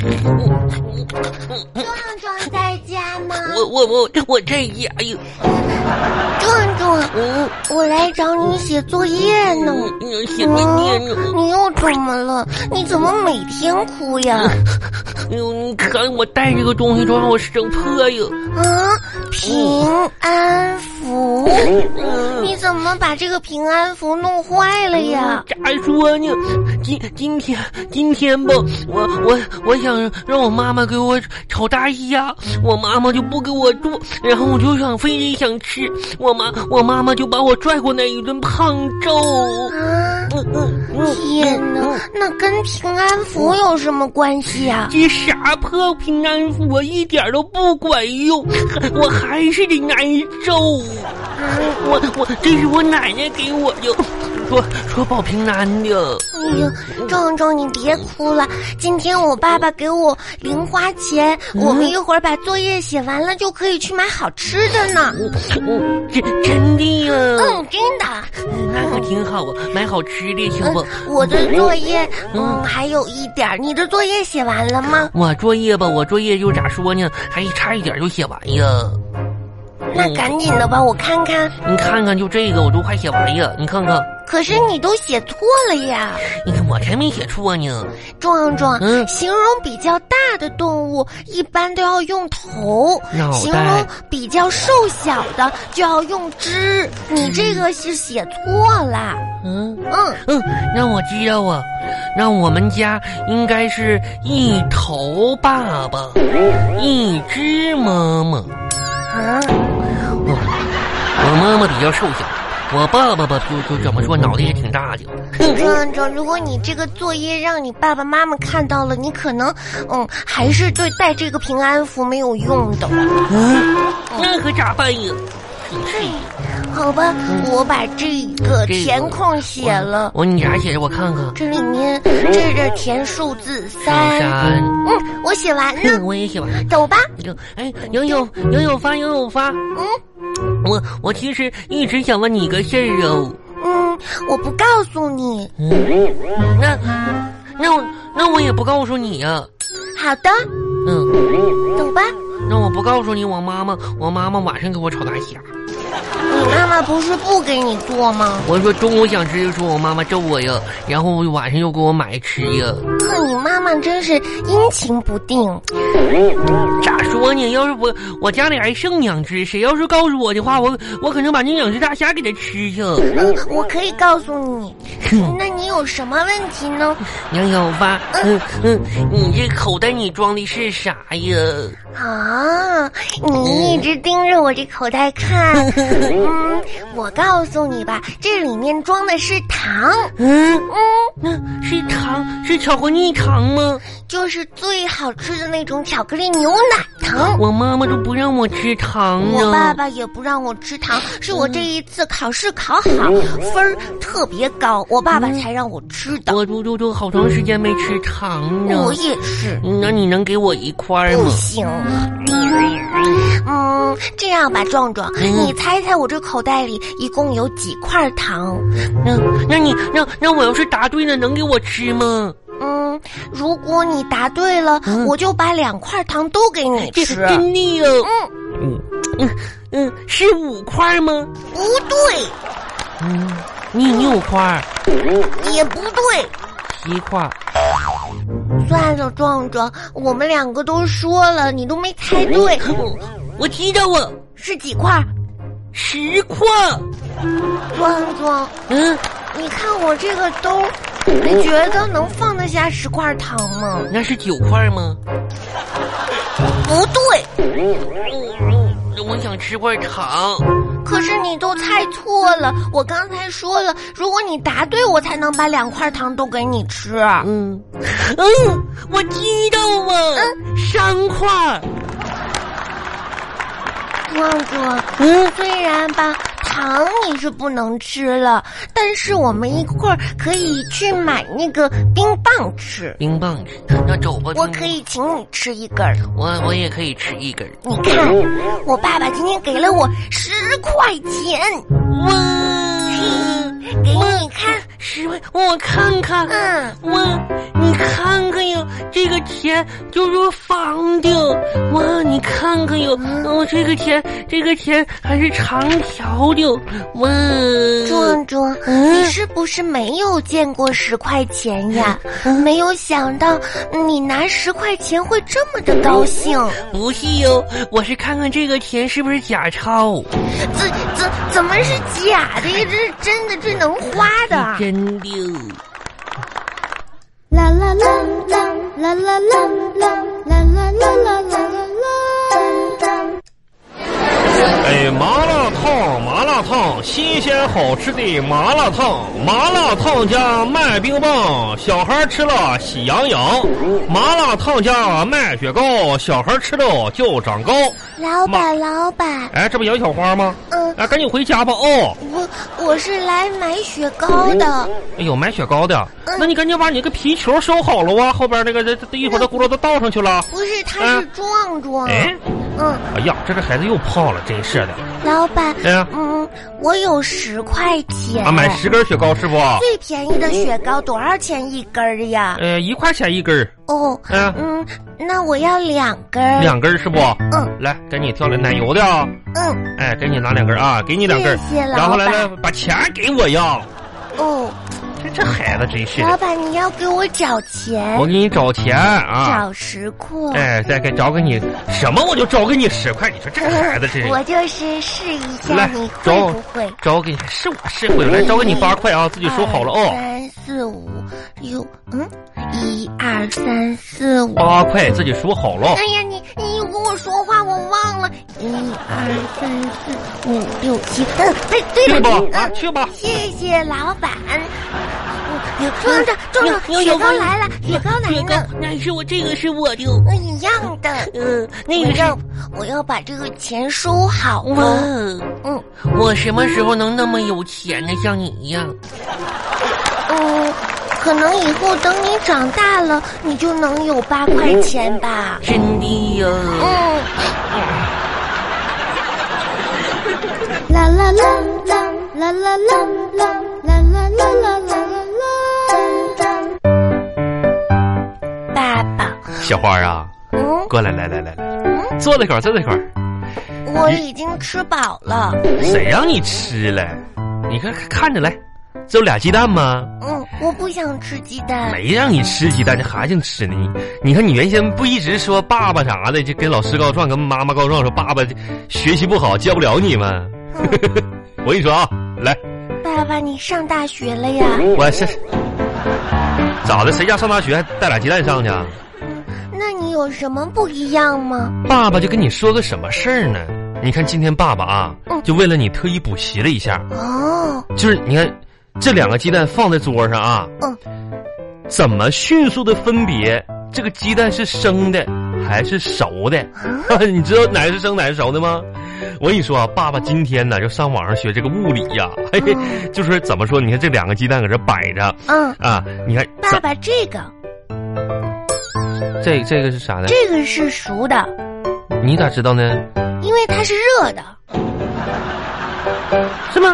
壮在家吗？ 我在家呀。 壮壮，我来找你写作业呢。 写作业呢？ 你又怎么了？你怎么每天哭呀？ 你看我带这个东西都让我生破呀。 平安符，你怎么把这个平安符弄坏了呀？ 咋说呢？今天吧，我想让我妈妈给我炒大虾，我妈妈就不给我做，然后我就非得想吃，我妈妈就把我拽过来一顿胖揍。 天哪，那跟平安符有什么关系啊？ 这啥破平安符啊，一点都不管用，我还是得挨揍。这是我奶奶给我的，说保平安的。 哎呀，壮壮你别哭了，今天我爸爸给我零花钱，我们一会儿把作业写完了就可以去买好吃的呢。 真的呀？ 真的。 那可挺好啊，买好吃的行不？ 我的作业还有一点，你的作业写完了吗？ 我作业就咋说呢，还差一点就写完呀。 那赶紧的吧，我看看。 你看看，就这个我都快写完呀，你看看。 可是你都写错了呀！ 你看我才没写错呢。 壮壮，形容比较大的动物一般都要用头，形容比较瘦小的就要用肢。你这个是写错了。 让我知道啊，让我们家应该是一头爸爸，一只妈妈。我妈妈比较瘦小，我爸爸吧就怎么说，脑袋也挺大的。 壮壮，如果你这个作业让你爸爸妈妈看到了，你可能还是对带这个平安符没有用的。 那可咋办呀？ 好吧，我把这个填空写了。 你咋写的？我看看。 这里面这填数字3。我写完了。 我也写完了。 走吧。 有发。我其实一直想问你个事儿哦。 我不告诉你。 那我也不告诉你呀。 好的。走吧。 那我不告诉你，我妈妈晚上给我炒大虾。 你妈妈不是不给你做吗？ 我说中午想吃就说我妈妈揍我呀，然后晚上又给我买吃呀。 你妈妈真是阴晴不定。 咋说呢？要是我家里还剩2只，谁要是告诉我的话，我可能把那2只大虾给它吃去。 我可以告诉你。那你有什么问题呢？ 杨小发，你这口袋里装的是啥呀？ 你一直盯着我这口袋看。我告诉你吧，这里面装的是糖。 那是糖，是巧克力糖吗？ 就是最好吃的那种巧克力牛奶糖。 我妈妈都不让我吃糖呢。 我爸爸也不让我吃糖，是我这一次考试考好，分儿特别高，我爸爸才让我吃的。 我都好长时间没吃糖呢。 我也是。 那你能给我一块吗？ 不行。这样吧，壮壮，你猜猜我这口袋里一共有几块糖？ 那我要是答对了，能给我吃吗？ 如果你答对了，我就把2块糖都给你吃。 真的哟。是5块吗？ 不对。 你6块。 也不对。 7块。 算了，壮壮，我们2个都说了，你都没猜对。 我知道啊， 是几块 ？10块。 壮壮，你看我这个兜，你觉得能放得下10块糖吗？ 那是9块吗？ 不对。 我想吃块糖。 可是你都猜错了，我刚才说了，如果你答对，我才能把2块糖都给你吃。 我知道了。3块。 壮壮，虽然吧糖你是不能吃了，但是我们一会儿可以去买那个冰棒吃。 冰棒吃，那走吧。 我可以请你吃1根。 我也可以吃1根。 你看，我爸爸今天给了我10块钱。 哇！ 给你看 10块，我看看。你看看哟，这个钱就是放的。哇，你看看哟，这个钱还是长条的。哇， 壮壮，你是不是没有见过10块钱呀？没有想到你拿10块钱会这么的高兴。 不是哟，我是看看这个钱是不是假钞。 怎么是假的呀？这是真的，这能花的。 真的。 啦啦啦啦啦啦啦啦啦啦啦啦啦。 哎，麻辣烫，新鲜好吃的麻辣烫，麻辣烫加卖冰棒，小孩吃了喜洋洋；麻辣烫加卖雪糕，小孩吃了就长高。 老板， 哎，这不杨小花吗？赶紧回家吧。 我是来买雪糕的。 哎呦，买雪糕的，那你赶紧把你那个皮球收好了啊，后边那个一会儿的轱辘都倒上去了。 不是，他是壮壮。 哎呀，这个孩子又胖了，真是的。 老板，我有10块钱。 买10根雪糕是不？ 最便宜的雪糕多少钱一根呀 ？1块钱一根。 那我要2根。 2根是不？来，赶紧挑来奶油的。哎，赶紧拿2根啊，给你2根。 谢谢老板。 然后来把钱给我呀。这孩子真是的。 老板，你要给我找钱。 我给你找钱啊。 找10块。 哎，再给找给你什么？我就找给你10块。你说这孩子真是。 我就是试一下，你会不会？ 找给你是我是会来找给你8块啊，自己数好了哦。 3、4、5、6，1、2、3、4、5。 8块，自己数好了。 哎呀，你又跟我说话，我忘了。1、2、3、4、5、6、7。对了。去吧。 谢谢老板。壮壮，雪糕来了，雪糕来了。 那是我，这个是我的。 一样的。 那个我要把这个钱收好了。 我什么时候能那么有钱呢？像你一样。 可能以后等你长大了，你就能有8块钱吧。 真的呀。 啦啦啦啦啦啦啦啦啦啦啦啦啦。 爸爸， 小花啊，过来，来，坐这块儿。 我已经吃饱了。 谁让你吃了？你看着来，这有2鸡蛋吗？ 我不想吃鸡蛋。 没让你吃鸡蛋，这还想吃呢？你看你原先不一直说爸爸啥的，就跟老师告状，跟妈妈告状，说爸爸学习不好，教不了你吗？我跟你说啊，来， 爸爸，你上大学了呀？ 我是咋的？谁家上大学还带2鸡蛋上去？ 那你有什么不一样吗？ 爸爸就跟你说个什么事儿呢？你看今天爸爸啊，就为了你特意补习了一下。就是你看这2个鸡蛋放在桌上啊，怎么迅速的分别这个鸡蛋是生的还是熟的？你知道哪是生哪是熟的吗？我跟你说啊，爸爸今天呢就上网上学这个物理呀，就说怎么说？你看这2个鸡蛋搁这摆着，你看爸爸这个是啥呢？ 这个是熟的。 你咋知道呢？ 因为它是热的。 是吗？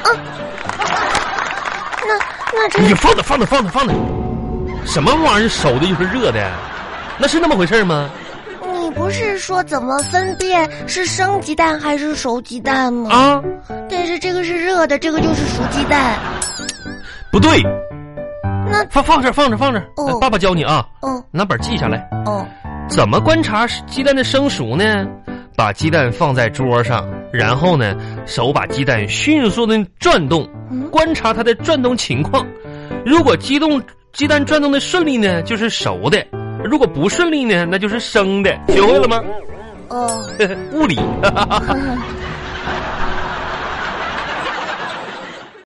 那这你放的，什么玩意儿熟的又是热的？那是那么回事吗？ 你不是说怎么分辨是生鸡蛋还是熟鸡蛋吗？但是这个是热的，这个就是熟鸡蛋。 不对。 那放这，爸爸教你啊。拿本记下来。怎么观察鸡蛋的生熟呢？把鸡蛋放在桌上，然后呢，手把鸡蛋迅速的转动，观察它的转动情况。如果鸡蛋转动的顺利呢，就是熟的；如果不顺利呢，那就是生的。学会了吗？物理。